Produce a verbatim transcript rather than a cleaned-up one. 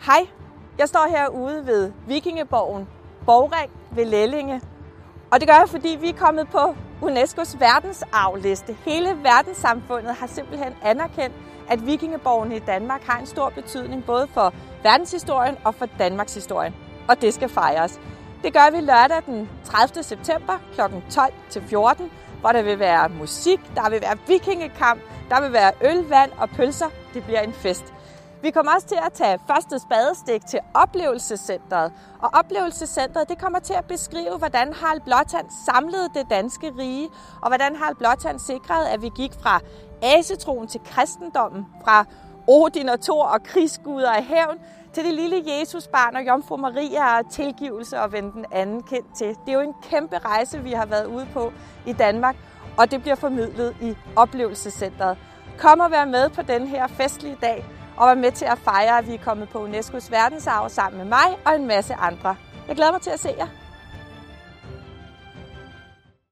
Hej, jeg står herude ved Vikingeborgen Borgring ved Lellinge. Og det gør jeg, fordi vi er kommet på UNESCO's verdensarvliste. Hele verdenssamfundet har simpelthen anerkendt, at vikingeborgene i Danmark har en stor betydning både for verdenshistorien og for Danmarks historien. Og det skal fejres. Det gør vi lørdag den tredivte september klokken tolv til fjorten, hvor der vil være musik, der vil være vikingekamp, der vil være øl, vand og pølser. Det bliver en fest. Vi kommer også til at tage første spadestik til Oplevelsescentret. Og Oplevelsescentret det kommer til at beskrive, hvordan Harald Blåtand samlede det danske rige, og hvordan Harald Blåtand sikrede, at vi gik fra asetroen til kristendommen, fra Odin og Thor og krigsguder af hævn, til det lille Jesusbarn og Jomfru Maria og tilgivelse og vende den anden kind til. Det er jo en kæmpe rejse, vi har været ude på i Danmark, og det bliver formidlet i Oplevelsescentret. Kom og vær med på den her festlige dag, og vær med til at fejre, at vi er kommet på UNESCO's verdensarv sammen med mig og en masse andre. Jeg glæder mig til at se jer.